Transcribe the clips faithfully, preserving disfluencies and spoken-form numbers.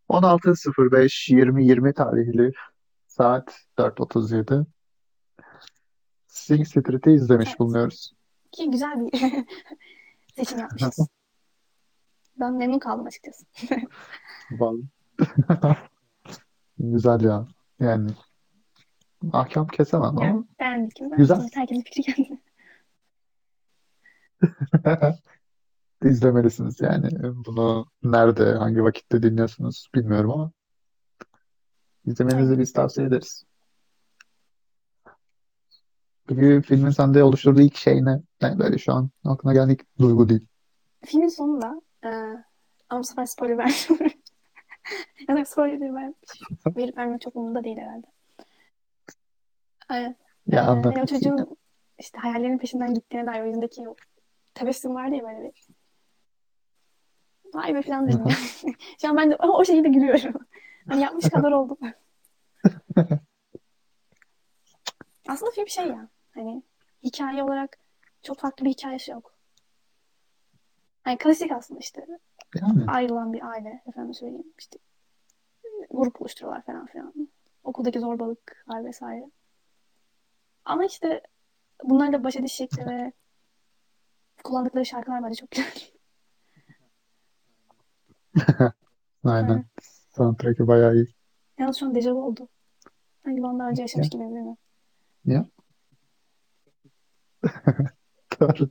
on altı sıfır beş yirmi yirmi tarihli saat dört otuz yedi Sing Street'i izlemiş Evet. bulunuyoruz. Ki güzel bir seçim yapmışız. Ben memnun kaldım açıkçası. Vallahi. Güzel ya. Yani ahkam kesemem Yani ama beğendik mi güzel. beğendik. Herkesin fikri kendine. İzlemelisiniz yani. Bunu nerede, hangi vakitte dinliyorsunuz bilmiyorum ama izlemenizi Aynen. biz tavsiye ederiz. Peki filmin sende oluşturduğu ilk şey ne? Yani böyle şu an aklına gelen ilk duygu değil. Filmin sonunda e, ama bu sefer spoiler vermiyorum. Ya da spoiler vermiş. Verip vermek çok umurumda değil herhalde. E, e, Ya anlat hani o gitsin ya. çocuğun işte hayallerinin peşinden gittiğine dair o yüzündeki o tebessüm vardı ya böyle bir vay be falan Hı dedim ya. hı. Şu an ben de o, o şekilde gülüyorum. Hani yapmış kadar oldum. Aslında film bir şey ya. Hani hikaye olarak çok farklı bir hikayesi yok. Hani klasik aslında işte Yani ayrılan bir aile efendim söyleyeyim işte grup oluşturuyorlar falan filan. Okuldaki zorbalıklar vesaire. Ama işte bunlarla baş ediş şekli ve kullandıkları şarkılar bence çok güzel. aynen. Aynen. Soundtrack'i bayağı iyi. Yalnız şu an dejavu oldu. Sanki ben daha önce yaşamış Ya, gibi değil mi? ya. Doğru.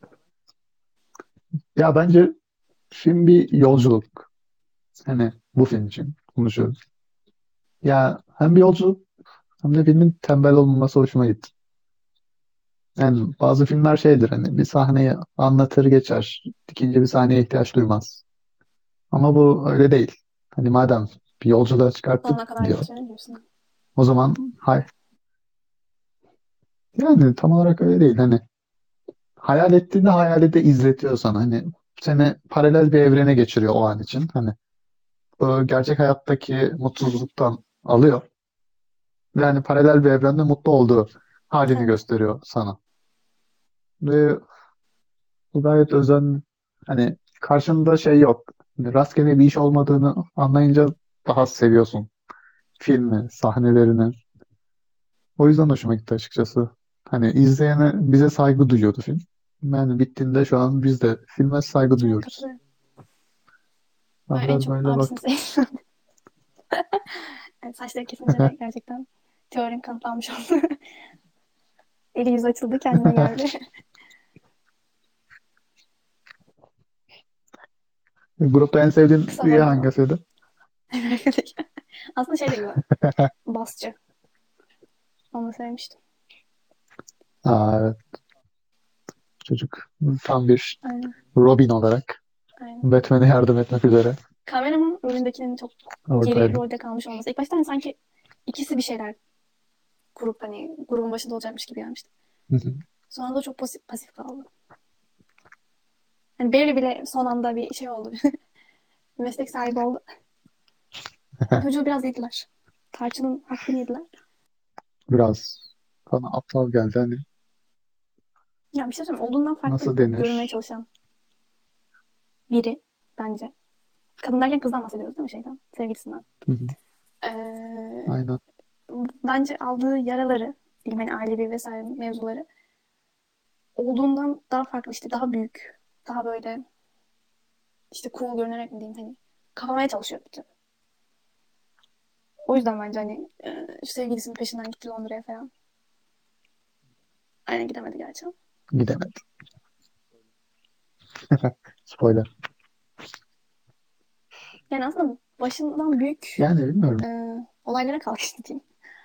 Ya bence film bir yolculuk. Hani bu film için konuşuyoruz. Ya hem bir yolculuk hem de filmin tembel olmaması hoşuma gitti. Yani bazı filmler şeydir hani bir sahneyi anlatır geçer. İkinci bir sahneye ihtiyaç duymaz. Ama bu öyle değil. Hani madem bir yolculuğa çıkarttık Sonuna kadar diyor. götürelim diyorsun. O zaman hay yani tam olarak öyle değil. Hani hayal ettiğinde hayali de izletiyor sana. Hani seni paralel bir evrene geçiriyor o an için. Hani o gerçek hayattaki mutsuzluktan alıyor. Yani paralel bir evrende mutlu olduğu halini Evet. gösteriyor sana. Ve bu gayet özen hani karşında şey yok. Hani rastgele bir iş olmadığını anlayınca daha seviyorsun filmi, sahnelerini. O yüzden hoşuma gitti açıkçası. Hani izleyene bize saygı duyuyordu film. Yani bittiğinde şu an biz de filme saygı Evet duyuyoruz. katılıyorum. Ben Ben en biraz çok böyle abisini baktım. sevdim. Yani saçları kesince de gerçekten teorim kanıtlanmış oldu. Eli yüzü açıldı kendine geldi. Grupta en sevdiğin Kısa üye boylu falan. hangisiydi? Aslında şey de güzel. Basçı. Onu sevmiştim. Aa, evet, çocuk tam bir Aynen. Robin olarak Aynen. Batman'e yardım etmek üzere Kameraman rolündekinin çok geri oradaydı. rolde kalmış olması. İlk başta hani sanki ikisi bir şeyler kurup hani grubun başında olacakmış gibi gelmişti. Hı hı. Sonra da çok pasif, pasif kaldı. Hani Barry bile son anda bir şey oldu. Meslek sahibi oldu. Çocuğu biraz yediler. Tarçının hakkını yediler. Biraz bana aptal geldi. Hani Ya bir şey söyleyeyim. Olduğundan farklı nasıl görünmeye denir? çalışan biri bence. Kadın derken kızdan bahsediyoruz değil mi şeyden? Sevgilisinden. Hı hı. Ee, Aynen. bence aldığı yaraları, bilmem hani ailevi vesaire mevzuları olduğundan daha farklı işte daha büyük, daha böyle işte cool görünerek mi diyeyim hani kafamaya çalışıyor bütün. O yüzden bence hani e, sevgilisinin peşinden gitti Londra'ya falan. Aynen gidemedi gerçi. Gidemedi. Spoiler. Yani aslında başından büyük Yani bilmiyorum. e, olaylara kalkıştı diyeyim.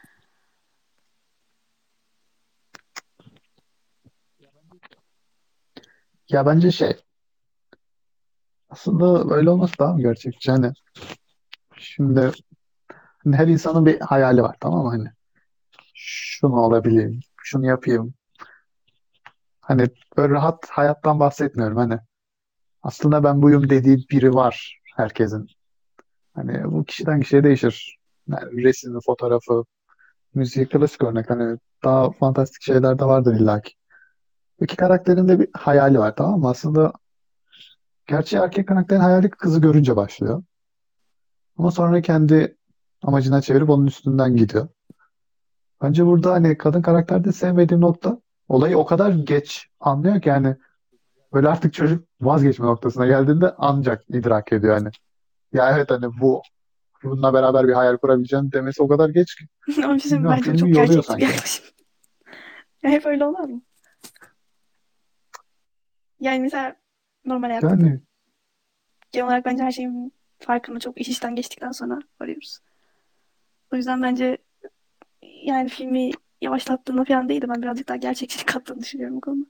Ya bence şey aslında böyle olması daha mı gerçekçi? Hani şimdi hani her insanın bir hayali var, tamam mı? Hani şunu olabileyim, şunu yapayım. Hani böyle rahat hayattan bahsetmiyorum. Hani aslında ben buyum dediği biri var herkesin. Hani bu kişiden kişiye değişir. Yani resmi, fotoğrafı, müziği klasik örnek. Hani daha fantastik şeyler de vardır illaki. İki karakterin de bir hayali var, tamam mı? Aslında gerçi erkek karakterin hayali kızı görünce başlıyor. Ama sonra kendi amacına çevirip onun üstünden gidiyor. Bence burada hani kadın karakterde sevmediğim nokta, olayı o kadar geç anlıyor ki yani böyle artık çocuk vazgeçme noktasına geldiğinde ancak idrak ediyor hani. Ya evet hani bu bununla beraber bir hayal kurabileceğim demesi o kadar geç ki. Ama bir şey söyleyeyim, Bilmiyorum, bence bu filmi çok yoruyor gerçekçi bir sanki. yaklaşım. Ya hep öyle olmaz mı? Yani mesela normal hayatta da Yani genel olarak bence her şeyin farkında çok iş işten geçtikten sonra varıyoruz. O yüzden bence yani filmi yavaşlattığında falan değil de ben birazcık daha gerçekçilik kattığını düşünüyorum bu konuda.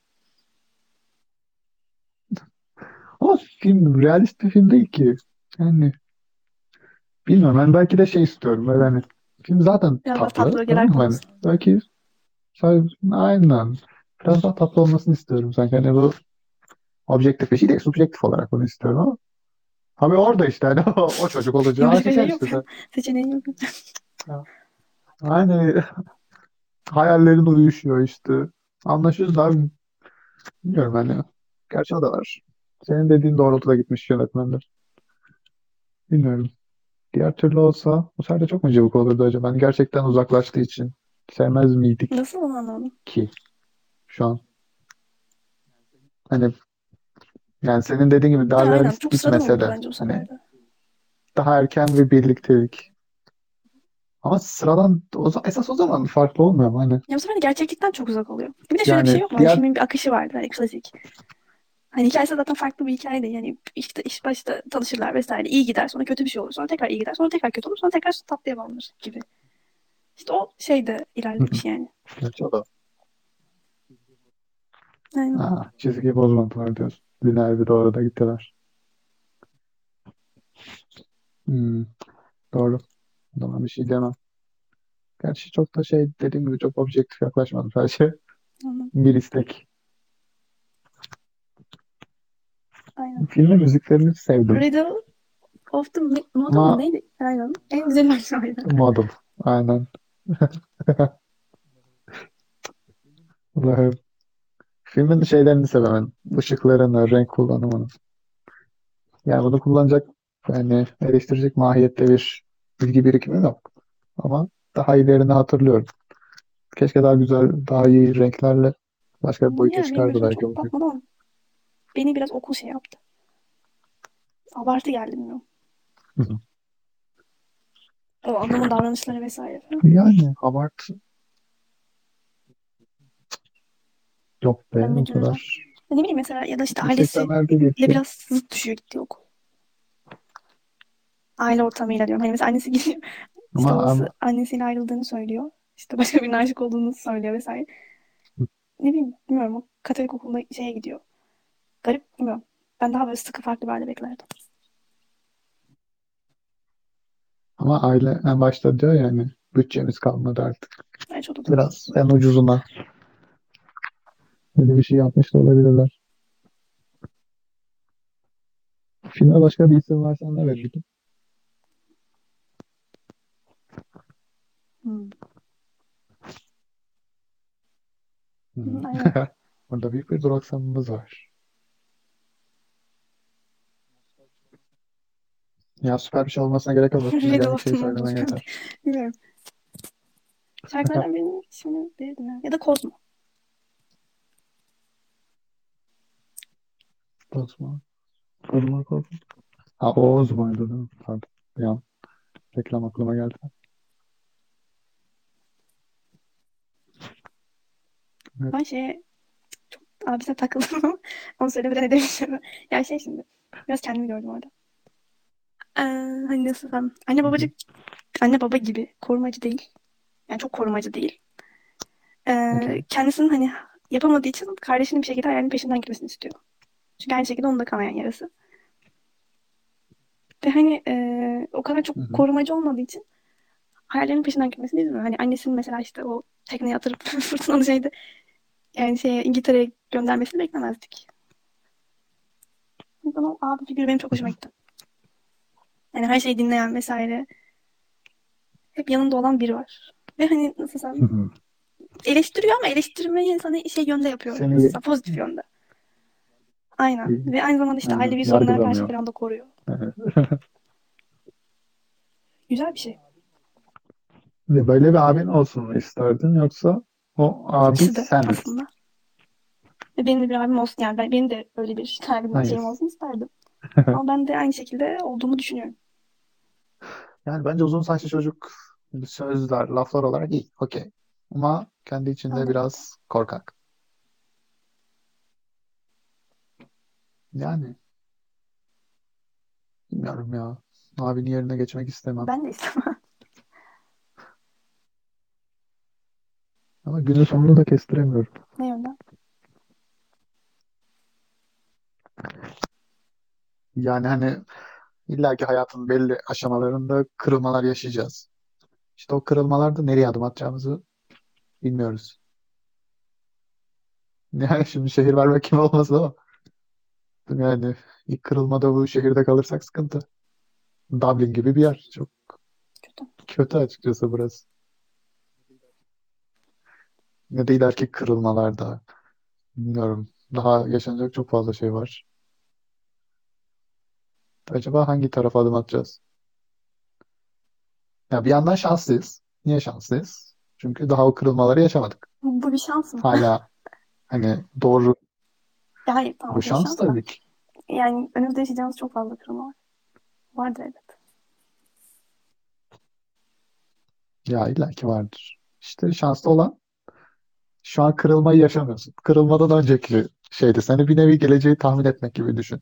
ama film realist bir film değil ki. Yani bilmiyorum, ben belki de şey istiyorum. Böyle hani film zaten Biraz daha tatlı tatlı, ögeler tamam mı? Hani konulsun. belki sadece, aynen biraz daha tatlı olmasını istiyorum sanki. Hani bu objektif bir şey değil, subjektif olarak bunu istiyorum ama tabii orada işte hani o, o çocuk olacağı Başka aşikar şey yok. işte. Sen. Seçeneği yok. Ya, aynen hayallerin uyuşuyor işte. Anlaşıyoruz da abi. Bilmiyorum hani. Gerçi o da var. Senin dediğin doğrultuda gitmiş yönetmenler. Bilmiyorum. Diğer türlü olsa bu sefer de çok mu cıvık olurdu acaba? Hani gerçekten uzaklaştığı için sevmez miydik Nasıl onu anlamadım. ki şu an? Hani yani senin dediğin gibi Ha, daha aynen. realist Çok sıradan gitmese olurdu de bence bu hani sefer de. daha erken bir birliktelik. Ama sıradan o, za- esas o zaman farklı olmuyor mu? Hani Ya bu sefer de gerçeklikten çok uzak oluyor. Bir de şöyle bir şey yani yok mu? Hani diğer filmin bir akışı vardır. Hani klasik. Hani hikayesi zaten farklı bir hikaye değil. Yani işte iş başta tanışırlar vesaire. İyi gider. Sonra kötü bir şey olur. Sonra tekrar iyi gider. Sonra tekrar kötü olur. Sonra tekrar tatlıya bağlanır gibi. İşte o şeyde ilerlemiş yani. gerçi o da. Aynen. Ha, çizgi bozmadılar diyorsun. Lineer bir doğru da gittiler. Hmm, doğru. O zaman bir şey demem. Gerçi çok da şey dediğim gibi çok objektif yaklaşmadım. Sadece Aynen. bir istek. Aynen. Filmin müziklerini sevdim. Riddle of the Model mı Ama neydi? Aynen. En güzel versiyonu. model. Aynen. Allah'ım. Filmin şeylerini sevemedim. Işıklarını, renk kullanımını. Yani bunu kullanacak, yani eleştirecek mahiyette bir bilgi birikimi yok. Ama daha iyilerini hatırlıyorum. Keşke daha güzel, daha iyi renklerle başka bir boyuta Yani benim çıkardı gözüme belki çok o film. batmadı ama beni biraz okul şey yaptı. Abartı geldi bilmiyorum. Hı hı. O adamın davranışları vesaire falan. Yani abartı yok be Ben o ne diyorum? kadar. Ne bileyim mesela ya da işte yüksek ailesiyle seksenlerde geçiyor. biraz zıt düşüyor gitti okul. Aile ortamıyla diyorum. Hani mesela annesi gidiyor. İşte Ama, babası ama annesiyle ayrıldığını söylüyor. İşte başka birine aşık olduğunu söylüyor vesaire. Ne bileyim bilmiyorum o Katolik okulunda şeye gidiyor. Garip bilmiyorum. Ben daha böyle sıkı farklı bir aile beklerdim. ama aile en başta diyor yani bütçemiz kalmadı artık. Bence o da doğru. Biraz en ucuzuna böyle bir şey yapmış da olabilirler. Filme başka bir isim varsa ne verirdim? Hmm. Hı, Hmm. aynen. Burada büyük bir duraksamamız var. Ya süper bir şey olmasına gerek yok. Aklına Riddle gelen ilk of the şeyi Model söylemen falan. yeter. Bilmiyorum. Şarkılardan birinin ismini bilirdim ya. Ya da Kozmo. Bozma. Bozma korkma. Ha o Ozmo'ydu değil mi? Pardon. Bir an reklam aklıma geldi. Evet. Ben şeye abisine takıldım ama onu söylemeden edemeyeceğim. Ya şey şimdi. Biraz kendimi gördüm orada. Ee, hani nasıl desem. Anne Hı hı. babacık anne baba gibi korumacı değil. Yani çok korumacı değil. Ee, Okey. kendisinin hani yapamadığı için kardeşinin bir şekilde hayalinin peşinden gitmesini istiyor. Çünkü aynı şekilde onun da kanayan yarası. Ve hani e, o kadar çok Hı hı. korumacı olmadığı için hayallerinin peşinden gitmesini izliyor. Hani annesinin mesela işte o tekneye atırıp fırtınalı şeyde yani şeye İngiltere'ye göndermesini beklemezdik. O yüzden o abi figürü benim çok hoşuma gitti. Yani her şeyi dinleyen vesaire. Hep yanında olan biri var. Ve hani nasıl Hı desem hı. eleştiriyor ama eleştirmeyi sana şey yönde yapıyor. Nasıl Seni desem pozitif yönde. Aynen. iyi. Ve aynı zamanda işte Aynen. ailevi sorunlara karşı Yargılamıyor. falan da koruyor. Evet. Güzel bir şey. Ve böyle bir abin olsun mu isterdin yoksa o abi İkisi de sen misin? aslında. Ve benim de bir abim olsun. Yani ben, benim de öyle bir kalbim şeyim Hangisi? olsun isterdim. Ama ben de aynı şekilde olduğumu düşünüyorum. Yani bence uzun saçlı çocuk sözler, laflar olarak iyi. Okey. Ama kendi içinde Bence de öyle. biraz korkak. Yani bilmiyorum ya. Abinin yerine geçmek istemem. Ben de istemem. Ama günün sonunu da kestiremiyorum. Ne yönden? Yani hani illaki hayatın belli aşamalarında kırılmalar yaşayacağız. İşte o kırılmalarda nereye adım atacağımızı bilmiyoruz. Yani şimdi şehir vermek kim olmasın ama yani ilk kırılmada bu şehirde kalırsak sıkıntı. Dublin gibi bir yer. Çok Kötü. kötü açıkçası burası. Ne de ileriki kırılmalarda. Bilmiyorum. Daha yaşanacak çok fazla şey var. Acaba hangi tarafa adım atacağız? Ya bir yandan şanslıyız. Niye şanslıyız? Çünkü daha o kırılmaları yaşamadık. Bu, bu bir şans mı? Hala hani doğru Ya hayır tamam bu okey şans şans da. tabii ki. Yani önümüzde yaşayacağımız çok fazla kırılma var. Vardır elbet. Ya illaki vardır. İşte şanslı olan şu an kırılmayı yaşamıyorsun. Kırılmadan önceki şeydi. Seni bir nevi geleceği tahmin etmek gibi düşün.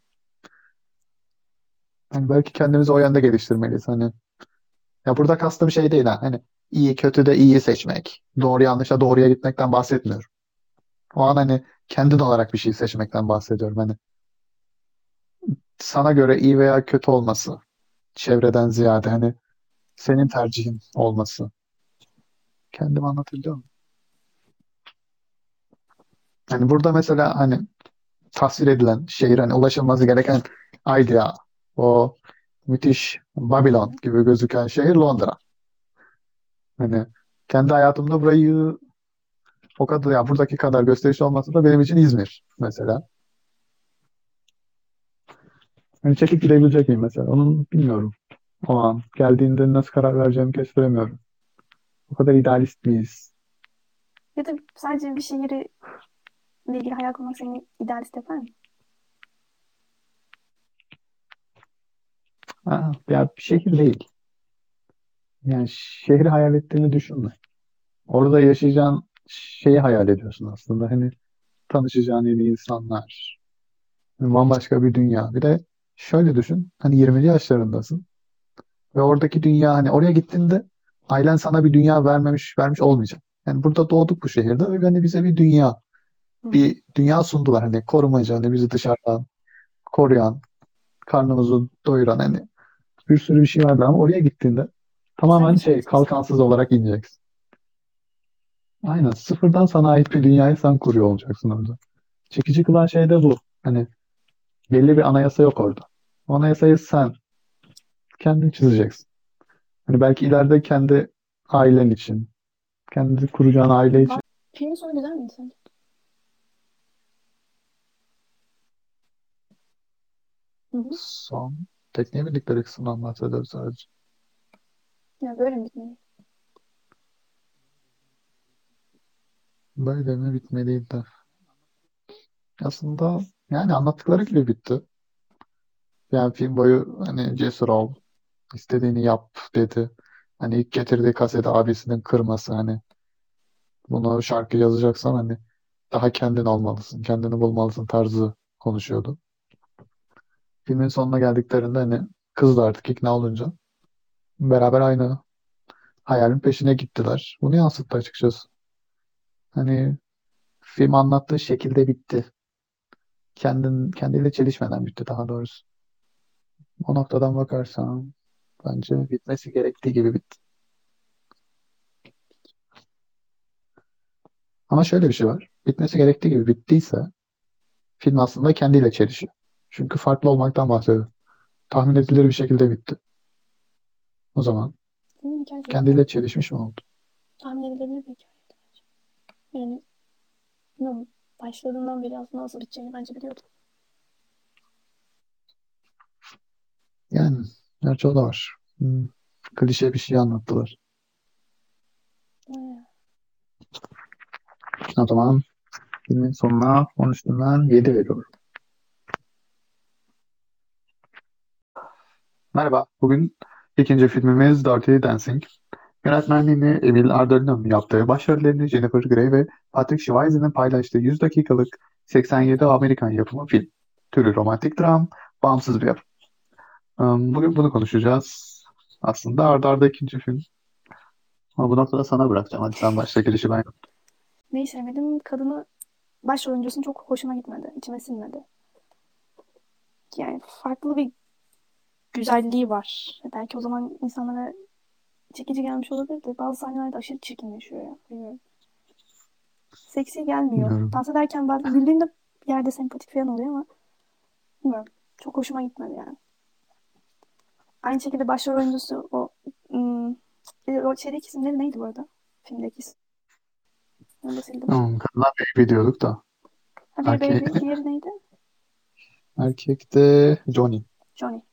Hani belki kendimizi o yönde geliştirmeliyiz. Hani ya burada kastım şey değil ha. Hani iyi kötü de iyiyi seçmek. Doğru yanlışa doğruya gitmekten bahsetmiyorum. O an hani kendin olarak bir şey seçmekten bahsediyorum. Hani sana göre iyi veya kötü olması. Çevreden ziyade hani senin Anladım. tercihin olması. Kendim anlatabiliyor muyum? Hani burada mesela hani tasvir edilen şehir hani ulaşılması gereken idea o müthiş Hı Babylon hı. gibi gözüken şehir Londra. Hani kendi hayatımda burayı o kadar ya buradaki kadar gösterişli olmasa da benim için İzmir mesela. Hani çekip gidebilecek miyim mesela? Onun bilmiyorum. O an geldiğinde nasıl karar vereceğimi kestiremiyorum. O kadar idealist miyiz? Ya da sadece bir şehri ile ilgili hayal kurmak seni idealist yapar mı? Ha, ya bir şehir değil. Yani şehri hayal ettiğini düşünme. Orada yaşayacağın şeyi hayal ediyorsun aslında. Hani tanışacağın yeni insanlar, bambaşka bir dünya. Bir de şöyle düşün. Hani yirmili yaşlarındasın ve oradaki dünya hani oraya gittiğinde ailen sana bir dünya vermemiş, vermiş olmayacak. Yani burada doğduk bu şehirde ve hani bize bir dünya, Hı hı. bir dünya sundular. Hani korumacı, hani bizi dışarıdan koruyan, karnımızı doyuran hani bir sürü bir şey vardı ama oraya gittiğinde Güzel tamamen şey yaşayacaksın. kalkansız olarak ineceksin. Aynen sıfırdan sana ait bir dünyayı sen kuruyor olacaksın orada. Çekici kılan şey de bu. Hani belli bir anayasa yok orada. O anayasayı sen kendin çizeceksin. Hani belki ileride kendi ailen için, kendi kuracağın aile için Var. Filmin sonu güzel miydi sence? Hı hı. son tekniğe bildikleri kısımdan bahsediyoruz sadece. Ya böyle mi bitmeli? Böyle mi bitmeliydi? Aslında yani anlattıkları gibi bitti. Yani film boyu hani cesur ol, istediğini yap dedi. Hani ilk getirdiği kaseti abisinin kırması hani bunu şarkı yazacaksan hani daha kendin olmalısın, kendini bulmalısın tarzı konuşuyordu. Filmin sonuna geldiklerinde hani kız da artık ikna olunca beraber aynı hayalin peşine gittiler. Bunu yansıttı açıkçası. Hani film anlattığı şekilde bitti. Kendin, kendiyle çelişmeden bitti daha doğrusu. O noktadan bakarsam bence bitmesi gerektiği gibi bitti. Ama şöyle bir şey var. Bitmesi gerektiği gibi bittiyse film aslında kendiyle çelişiyor. Çünkü farklı olmaktan bahsediyor. Tahmin edilir bir şekilde bitti. O zaman Filmin hikayesi zaten kendiyle çelişmiş mi oldu? tahmin edilebilir bir hikayeydi. Yani bilmiyorum. Başladığından beri aslında nasıl biteceğini bence biliyordum. Yani gerçi o da var. Hmm. Klişe bir şey anlattılar. Ee, O zaman filmin sonuna on üstünden yedi veriyorum. Merhaba. Bugün ikinci filmimiz Dirty Dancing. Yönetmenliğini Emil Ardolino'nun yaptığı, başrollerini Jennifer Grey ve Patrick Swayze'nin paylaştığı yüz dakikalık seksen yedi Amerikan yapımı film. Türü romantik dram, bağımsız bir yapım. Um, Bugün bunu konuşacağız. Aslında arda arda ikinci film. Ama bu noktada sana bırakacağım. Hadi sen başla, girişi ben yapayım. Neyi sevmedim? Kadını, başrol oyuncusunun çok hoşuma gitmedi. İçime sinmedi. Yani farklı bir güzelliği var. Belki o zaman insanlara çekici gelmiş olabilir de bazı sahnelerde aşırı çirkinleşiyor ya. Bilmiyorum. Seksi gelmiyor. Bilmiyorum. Dans ederken bazen güldüğünde bir yerde sempatik falan oluyor ama bilmiyorum. Çok hoşuma gitmedi yani. Aynı şekilde başrol oyuncusu o ım, o şeydeki isimleri neydi bu arada? Filmdeki isim. Onu da sildim. Hmm, kadına baby diyorduk da. Ha, biri Erkeğe, Baby, diğeri neydi? erkek de Johnny. Johnny.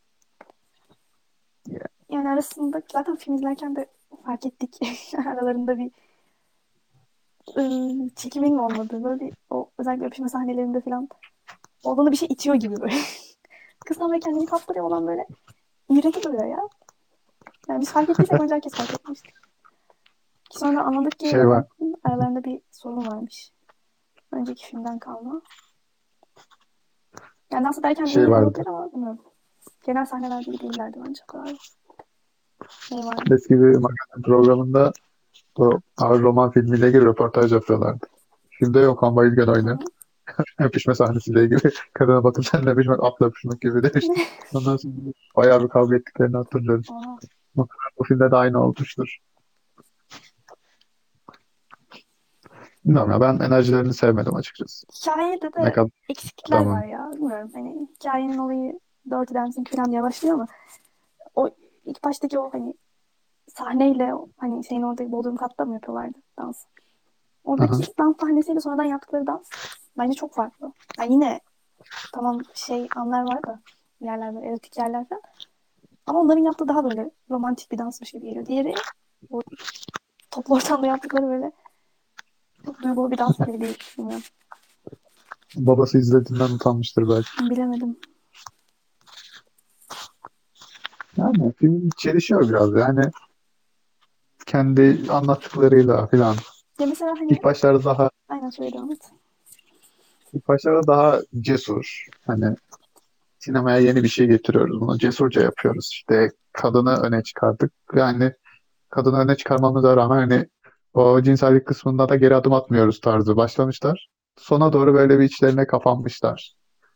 Yani arasında zaten film izlerken de fark ettik. Aralarında bir ıı, çekimin mi olmadığı, böyle bir, o özellikle öpüşme sahnelerinde falan olduğunu bir şey itiyor gibi böyle. Kız tam böyle kendini kaptırıyor, olan böyle iğrenç duruyor ya. Yani biz fark ettiysek önce herkes fark etmişti. Ki sonra anladık ki Şey var. aralarında bir sorun varmış. Önceki filmden kalma. Yani dans ederken Şey iyi vardı. olabilir ama bilmiyorum. Genel sahnelerde iyi değillerdi bence o kadar. Ne var? Eski bir magazin programında o ağır roman filmiyle ilgili röportaj yapıyorlardı. Şimdi Okan Bayülgen Hı oynuyor. hı. Öpüşme sahnesiyle ilgili. Kadına bakıp seninle öpüşmek, atla öpüşmek gibi demişti. Ondan sonra bayağı bir kavga ettiklerini hatırlıyorum. Oha. Muhtemelen bu filmde de aynı olmuştur. Bilmiyorum ya, ben enerjilerini sevmedim açıkçası. Hikayede Ne de kadar eksiklikler var adamın. ya. Bilmiyorum. Hani hikayenin olayı Dirty Dancing falan diye başlıyor ama o ilk baştaki o hani sahneyle o, hani şeyin oradaki Bodrum katta mı yapıyorlardı dans? Aha. Oradaki dans sahnesiyle sonradan yaptıkları dans bence çok farklı. Yani yine tamam şey anlar var da yerler böyle erotik yerler falan. Ama onların yaptığı daha böyle romantik bir dansmış gibi geliyor. Diğeri o toplu ortamda yaptıkları böyle çok duygulu bir dans gibi değil. Bilmiyorum. Babası izlediğinden utanmıştır belki. Bilemedim. Yani film çelişiyor biraz yani kendi anlattıklarıyla falan. Ya mesela hani İlk başlarda daha aynen şöyle devam et. ilk başlarda daha cesur. Hani sinemaya yeni bir şey getiriyoruz. Bunu cesurca yapıyoruz. İşte kadını öne çıkardık. Yani kadını öne çıkarmamıza rağmen hani o cinsellik kısmında da geri adım atmıyoruz tarzı başlamışlar. Sona doğru böyle bir içlerine kapanmışlar.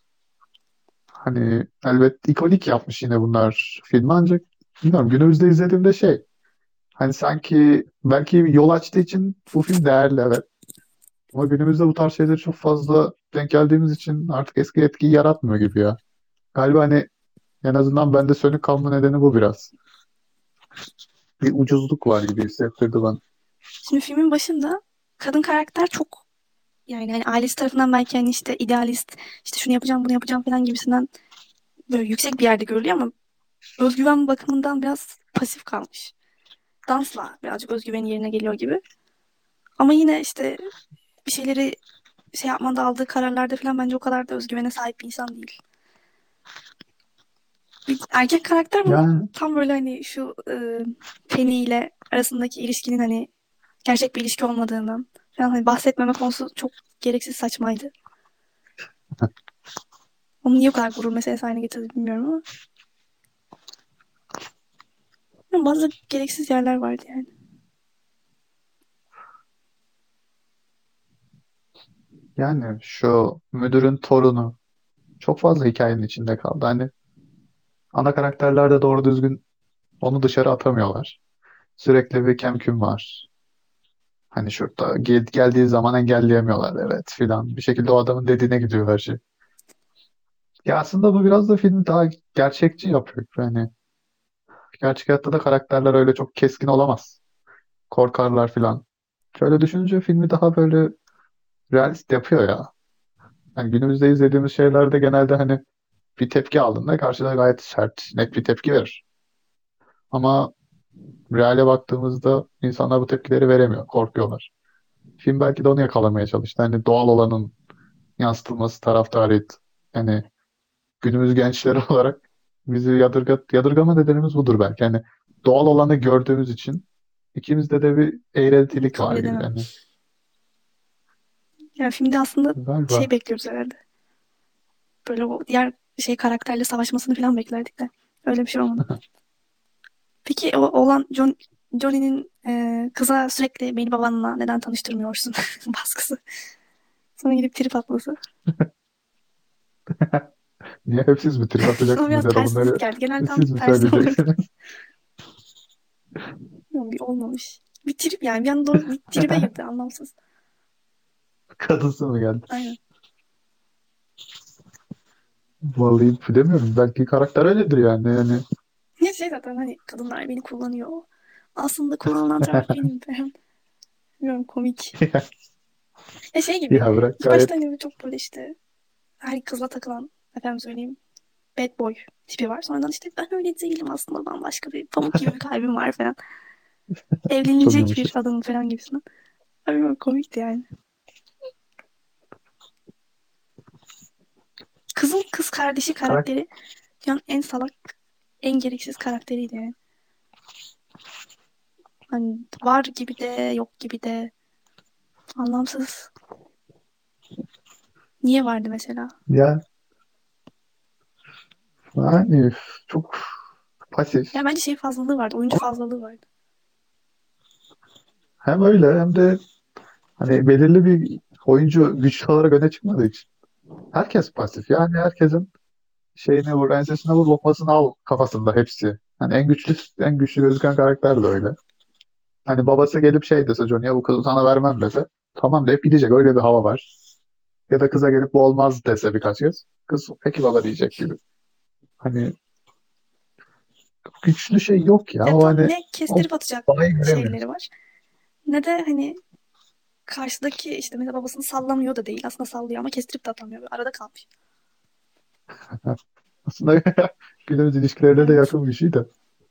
Hani elbet ikonik yapmış yine bunlar filmi, ancak bilmiyorum, günümüzde izlediğimde şey, hani sanki belki yol açtığı için bu film değerli, evet. Ama günümüzde bu tarz şeyleri çok fazla denk geldiğimiz için artık eski etkiyi yaratmıyor gibi ya. Galiba hani en azından bende sönük kalma nedeni bu biraz. Bir ucuzluk var gibi hissettirdi bana. Şimdi filmin başında kadın karakter çok yani hani ailesi tarafından belki hani işte idealist işte şunu yapacağım bunu yapacağım falan gibisinden böyle yüksek bir yerde görülüyor ama özgüven bakımından biraz pasif kalmış. Dansla birazcık özgüveni yerine geliyor gibi. Ama yine işte bir şeyleri şey yapmada aldığı kararlarda falan bence o kadar da özgüvene sahip bir insan değil. Bir erkek karakter bunu Yani tam böyle hani şu e, Penny ile arasındaki ilişkinin hani gerçek bir ilişki olmadığından falan hani bahsetmeme konusu çok gereksiz saçmaydı. Onu niye o kadar gurur meselesi haline getirdi bilmiyorum ama. Ama bazı gereksiz yerler vardı yani. yani şu müdürün torunu çok fazla hikayenin içinde kaldı. Hani ana karakterler de doğru düzgün onu dışarı atamıyorlar. Sürekli bir kemküm var. Hani şurada gel- geldiği zaman engelleyemiyorlar, evet filan. Bir şekilde o adamın dediğine gidiyor her şey. Ya aslında bu biraz da filmi daha gerçekçi yapıyor. Yani gerçek hayatta da karakterler öyle çok keskin olamaz. Korkarlar filan. Şöyle düşününce filmi daha böyle realist yapıyor ya. Yani günümüzde izlediğimiz şeylerde genelde hani bir tepki aldığında karşıda gayet sert, net bir tepki verir. Ama reale baktığımızda insanlar bu tepkileri veremiyor, korkuyorlar. Film belki de onu yakalamaya çalıştı. Hani doğal olanın yansıtılması taraftarıydı. Yani günümüz gençleri olarak bizi yadırga, yadırgama nedenimiz budur belki. Yani doğal olanı gördüğümüz için ikimizde de bir eğreltilik Kabul var gibi. edemem. Yani Yani filmde aslında şey galiba. bekliyoruz herhalde. Böyle o diğer şey karakterle savaşmasını falan beklerdik de. Öyle bir şey olmadı. Peki o olan John, Johnny'nin e, kıza sürekli beni babanla neden tanıştırmıyorsun baskısı. Sonra gidip trip atması. Niye hep siz mi trip Ama atacaksınız biraz ya da tersizlik bunları geldi. Genelde tam siz mi tersi olurdu. söyleyeceksiniz? Bilmiyorum, bir olmamış. Bir trip yani. Bir anda doğru bir tribe girdi anlamsız. Kadısı mı geldi? Aynen. Vallahi bilemiyorum. Belki karakter öyledir yani. Yani Ya şey zaten hani kadınlar beni kullanıyor. Aslında kullanılan taraf benim falan. Bilmiyorum, komik. Ya şey gibi. ya bırak İlk başta gayet. hani çok böyle işte her kızla takılan, efendim söyleyeyim, bad boy tipi var. Sonradan işte ben öyle değilim aslında, bambaşka bir pamuk gibi bir kalbim var falan. Çok Evlenilecek bir yumuşak. adam falan gibisinden. Abi bilmiyorum, komikti yani. Kızın kız kardeşi Karakter. karakteri dünyanın en salak, en gereksiz karakteriydi yani. Hani var gibi de yok gibi de, anlamsız. Niye vardı mesela? Ya yani çok pasif. Ya bence şey fazlalığı vardı. Oyuncu Ama fazlalığı vardı. hem öyle hem de hani belirli bir oyuncu güçlü olarak öne çıkmadığı için. Herkes pasif. Yani herkesin şeyine vur, ensesine vur, lokmasını al kafasında hepsi. Hani en güçlü en güçlü gözüken karakter de öyle. Hani babası gelip şey dese Johnny'ye bu kızı sana vermem dese tamam deyip gidecek. Öyle bir hava var. Ya da kıza gelip bu olmaz dese birkaç kez. Kız peki baba diyecek gibi. Hani güçlü şey yok ya. Ya O tam hani ne o kestirip atacak babayı şeyleri göremiyoruz. var. Ne de hani karşıdaki işte mesela babasını sallamıyor da değil. Aslında sallıyor ama kestirip de atamıyor. Böyle arada kalmış. Aslında günümüz ilişkilerine de Evet. yakın bir şey de.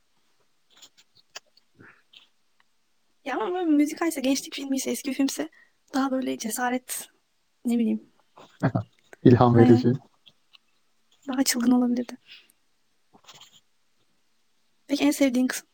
Ya ama böyle müzikalse, gençlik filmi ise, eski bir filmse daha böyle cesaret, ne bileyim. İlham Aynen. verici. Daha çılgın olabilirdi. Peki en sevdiğin kısım?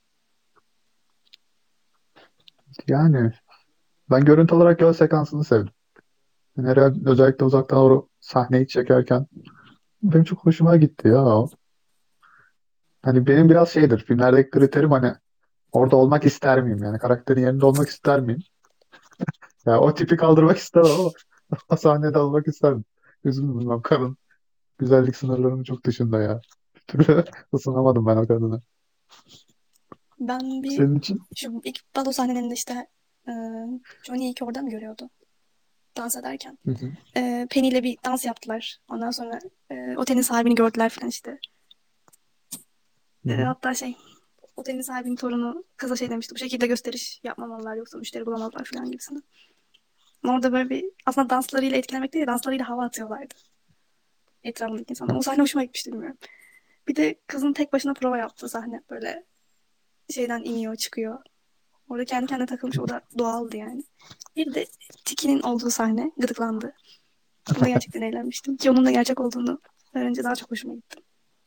Yani ben görüntü olarak yol sekansını sevdim. Yani herhalde özellikle uzaktan o sahneyi çekerken benim çok hoşuma gitti ya. O. Hani benim biraz şeydir. Filmlerdeki kriterim hani orada olmak ister miyim? Yani karakterin yerinde olmak ister miyim? Ya o tipi kaldırmak istemem ama o sahnede olmak isterdim. Üzgünüm bilmem kadın. Güzellik sınırlarının çok dışında ya. Bir türlü ısınamadım ben o kadına. Ben bir Senin için? şu ilk balo sahnelerinde işte e, Johnny ilk orada mı görüyordu? Dans ederken. Hı hı. E, Penny ile bir dans yaptılar. Ondan sonra e, otelin sahibini gördüler falan işte. Hı E, hı. hatta şey, otelin sahibinin torunu kıza şey demişti. Bu şekilde gösteriş yapmamalılar yoksa müşteri bulamazlar falan gibisinden. Ama orada böyle bir aslında danslarıyla etkilemek değil de danslarıyla hava atıyorlardı etrafındaki insanlar. O sahne hoşuma gitmişti, bilmiyorum. Bir de kızın tek başına prova yaptığı sahne, böyle şeyden iniyor çıkıyor. Orada kendi kendine takılmış, o da doğaldı yani. Bir de Tiki'nin olduğu sahne, gıdıklandı. Bunda gerçekten eğlenmiştim. Ki onun da gerçek olduğunu öğrenince daha çok hoşuma gitti.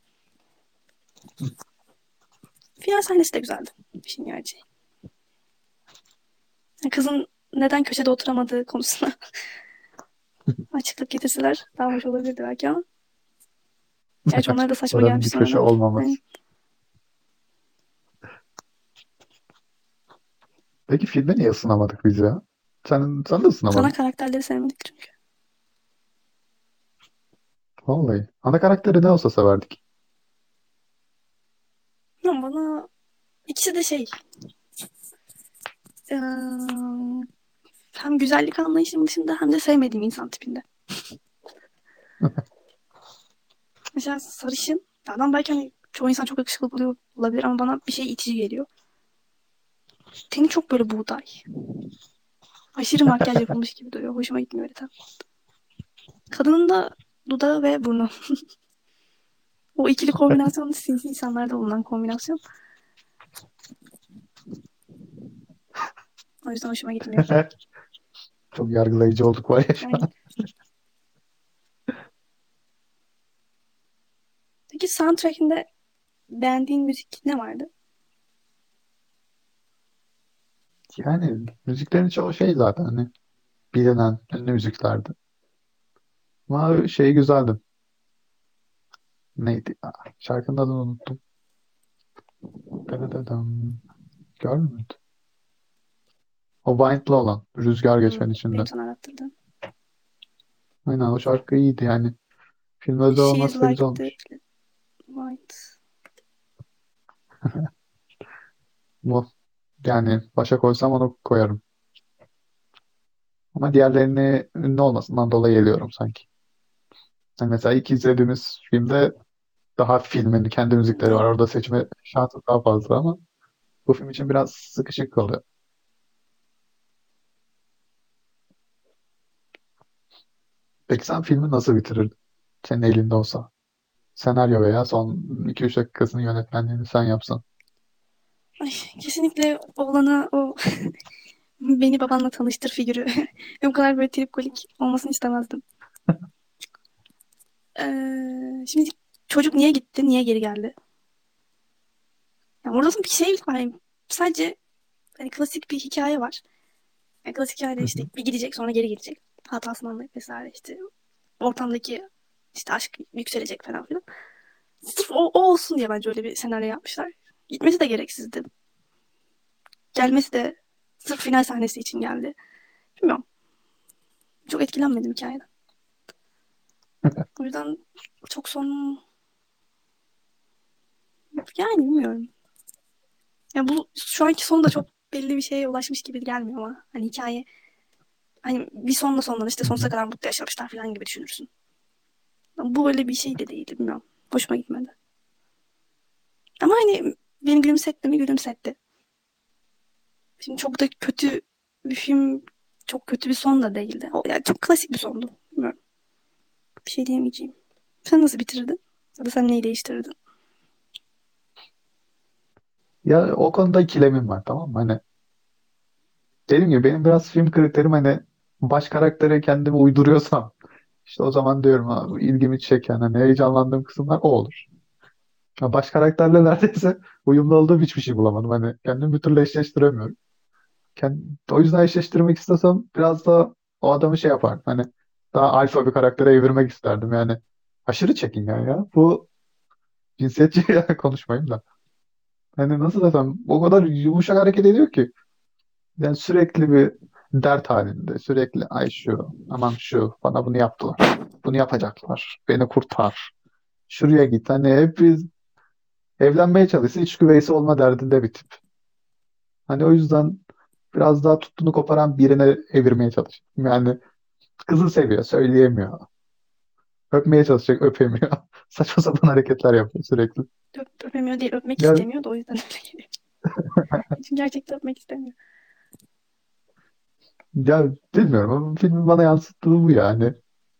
Final sahnesi de güzeldi. İşin gerçeği. Yani kızın neden köşede oturamadığı konusuna açıklık getirseler daha hoş olabilirdi belki ama. Gerçi onlara da saçma Oranın gelmiş bir köşe sonradan. Yani olmaması. Peki filme niye ısınamadık biz ya? Sen, sen de ana ısınamadın. karakterleri sevmedik çünkü. Vallahi. Ana karakteri ne olsa severdik. Ama bana ikisi de şey, eee, hem güzellik anlayışım dışında hem de sevmediğim insan tipinde. Mesela sarışın. Adam belki hani çoğu insan çok yakışıklı buluyor olabilir ama bana bir şey itici geliyor. Teni çok böyle buğday. Aşırı makyaj yapılmış gibi duruyor. Hoşuma gitmiyor öyle tam. Kadının da dudağı ve burnu. O ikili kombinasyon sinsi insanlarda bulunan kombinasyon. O yüzden hoşuma gitmiyor. Çok yargılayıcı olduk var ya şu Aynen. an. Peki soundtrack'inde beğendiğin müzik ne vardı? Yani müziklerin çoğu şey zaten hani bilinen ünlü müziklerdi. Ama şey güzeldi. Neydi? Aa, şarkının adını unuttum. Dadadadam. Görmüyor muydun? O Wind'li olan. Rüzgar Hmm, geçmen benim içinde. sana arattırdığım. Aynen o şarkı iyiydi yani. Film özel She's olması da like güzel the olmuş. white. Bu yani başa koysam onu koyarım. Ama diğerlerini ünlü olmasından dolayı eliyorum sanki. Yani mesela ilk izlediğimiz filmde daha filmin kendi müzikleri var. Aynen. Orada seçme şansı daha fazla ama bu film için biraz sıkışık kalıyor. Peki sen filmi nasıl bitirirdin? Senin elinde olsa. Senaryo veya son iki üç dakikasını yönetmenliğini sen yapsan. Ay, kesinlikle oğlana o beni babanla tanıştır figürü. Ve bu kadar böyle tripkolik olmasını istemezdim. Ee, şimdi çocuk niye gitti, niye geri geldi? Yani orada bir şey var. Yani sadece hani klasik bir hikaye var. Yani klasik hikayede Hı işte hı. bir gidecek sonra geri gelecek. Hatasını anlayıp vesaire işte ortamdaki işte aşk yükselecek falan filan. Sırf o, o olsun diye bence öyle bir senaryo yapmışlar. Gitmesi de gereksizdi. Gelmesi de sırf final sahnesi için geldi. Bilmiyorum. Çok etkilenmedim hikayeden. O yüzden çok son yani bilmiyorum. Ya bu şu anki son da çok belli bir şeye ulaşmış gibi gelmiyor ama hani hikaye hani bir sonla sonlanır işte Hı sonsuza hı. kadar mutlu yaşamışlar falan gibi düşünürsün. Ama bu öyle bir şey de değildi bilmiyorum. Hoşuma gitmedi. Ama hani beni gülümsetti mi gülümsetti. Şimdi çok da kötü bir film çok kötü bir son da değildi. O, yani çok klasik bir sondu. Bilmiyorum. Bir şey diyemeyeceğim. Sen nasıl bitirirdin? Ya da sen neyi değiştirirdin? Ya o konuda ikilemim var, tamam mı? Hani dediğim gibi benim biraz film kriterim hani baş karaktere kendimi uyduruyorsam işte o zaman diyorum ha, ilgimi çeken hani heyecanlandığım kısımlar o olur. Ya baş karakterle neredeyse uyumlu olduğum hiçbir şey bulamadım. Hani kendimi bir türlü eşleştiremiyorum. Kend, o yüzden eşleştirmek istesem biraz da o adamı şey yapar. Hani daha alfa bir karaktere evirmek isterdim. Yani aşırı çekingen ya. Bu cinsiyetçi konuşmayayım da. Hani nasıl desem o kadar yumuşak hareket ediyor ki. Yani sürekli bir dert halinde. Sürekli ay şu, aman şu, bana bunu yaptılar. Bunu yapacaklar. Beni kurtar. Şuraya git. Hani hep biz evlenmeye çalışsa iç güveysi olma derdinde bir tip. Hani o yüzden biraz daha tuttuğunu koparan birine evirmeye çalışıyor. Yani kızı seviyor, söyleyemiyor. Öpmeye çalışacak, öpemiyor. Saçma sapan hareketler yapıyor sürekli. Öp, öpemiyor değil, öpmek Ya, istemiyor da o yüzden öyle geliyor. Çünkü gerçekten öpmek istemiyor. ya bilmiyorum ama filmin bana yansıttığı bu yani.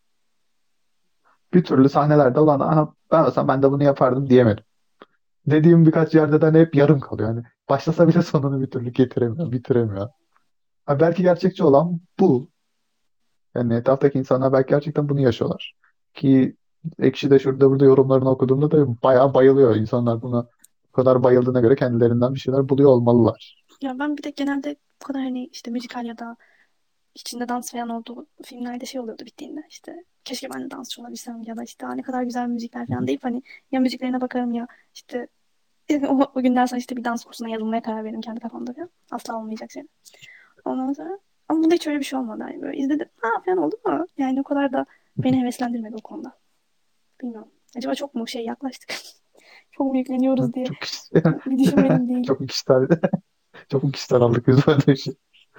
Bir türlü sahnelerde ulan aha, ben olsam ben de bunu yapardım diyemedim. Dediğim birkaç yerde de hani hep yarım kalıyor. Yani başlasa bile sonunu bir türlü getiremiyor, bitiremiyor. Ha, belki gerçekçi olan bu. Yani etraftaki insanlar belki gerçekten bunu yaşıyorlar. Ki Ekşi'de şurada burada yorumlarını okuduğumda da bayağı bayılıyor. İnsanlar buna bu kadar bayıldığına göre kendilerinden bir şeyler buluyor olmalılar. Ya ben bir de genelde bu kadar hani işte müzikal ya da içinde dans falan olduğu filmlerde şey oluyordu bittiğinde işte keşke ben de dansçı olabilsem ya da işte "Aa, ne kadar güzel müzikler falan deyip hani ya müziklerine bakarım ya işte o, o günden sonra işte bir dans kursuna yazılmaya karar veririm kendi kafamda falan. Asla olmayacak şey. Ondan sonra ama bunda hiç öyle bir şey olmadı. Yani böyle izledim. Ha falan oldu mu? Yani o kadar da beni heveslendirmedi o konuda. Bilmiyorum. Acaba çok mu şey yaklaştık? Çok mu yükleniyoruz diye Çok kişisel, bir düşünmedim değil. çok kişisel, çok kişisel aldık biz böyle işi.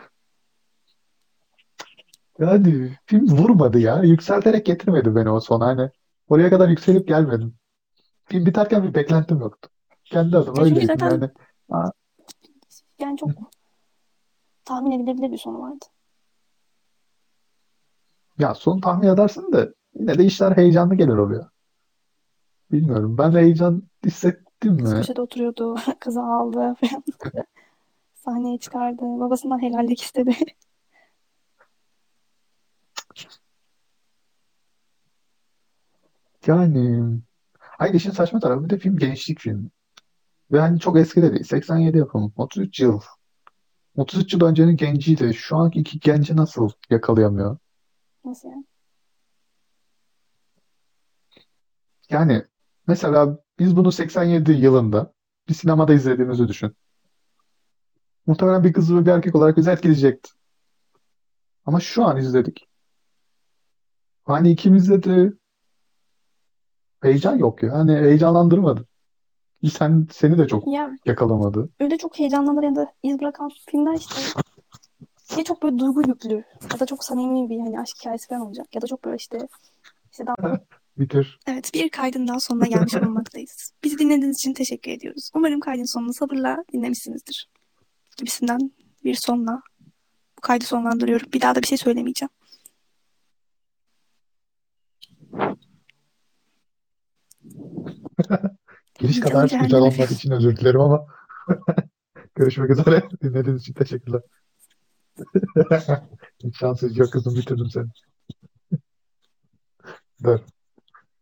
Yani film vurmadı ya. Yükselterek getirmedi beni o sona. Hani oraya kadar yükselip gelmedim. Film biterken bir beklentim yoktu. Kendi adıma Ya çünkü öyleydim zaten yani. Aa, yani çok tahmin edilebilir bir sonu vardı. ya son tahmin edersin de yine de işler heyecanlı gelir oluyor. Bilmiyorum. Ben de heyecan hissettim Kız mi? köşede oturuyordu. Kızı aldı falan. Sahneye çıkardı. Babasından helallik istedi. Yani hayır, işin saçma tarafı bir de film gençlik filmi. Ve hani çok eski de değil. seksen yedi yapımı. otuz üç yıl. otuz üç yıl öncenin genciydi. Şu anki iki genci nasıl yakalayamıyor? Nasıl yani? Yani mesela biz bunu seksen yedi yılında bir sinemada izlediğimizi düşün. Muhtemelen bir kız ve bir erkek olarak bizi etkileyecekti. Ama şu an izledik. Hani ikimizde de heyecan yok ya. Hani heyecanlandırmadı. Sen, seni de çok Ya yakalamadı. öyle çok heyecanlanır ya da iz bırakan filmler işte ya çok böyle duygu yüklü ya da çok samimi bir hani aşk hikayesi falan olacak ya da çok böyle işte işte daha... Bitir. Evet, bir kaydın daha sonuna gelmiş bulunmaktayız. Bizi dinlediğiniz için teşekkür ediyoruz. Umarım kaydın sonunu sabırla dinlemişsinizdir. Gibisinden bir sonla bu kaydı sonlandırıyorum. Bir daha da bir şey söylemeyeceğim. Giriş Canı kadar güzel cehenneme olmadığı için özür dilerim ama görüşmek üzere. Dinlediğiniz için teşekkürler. Hiç şanssız yok kızım, bitirdim seni. Dur.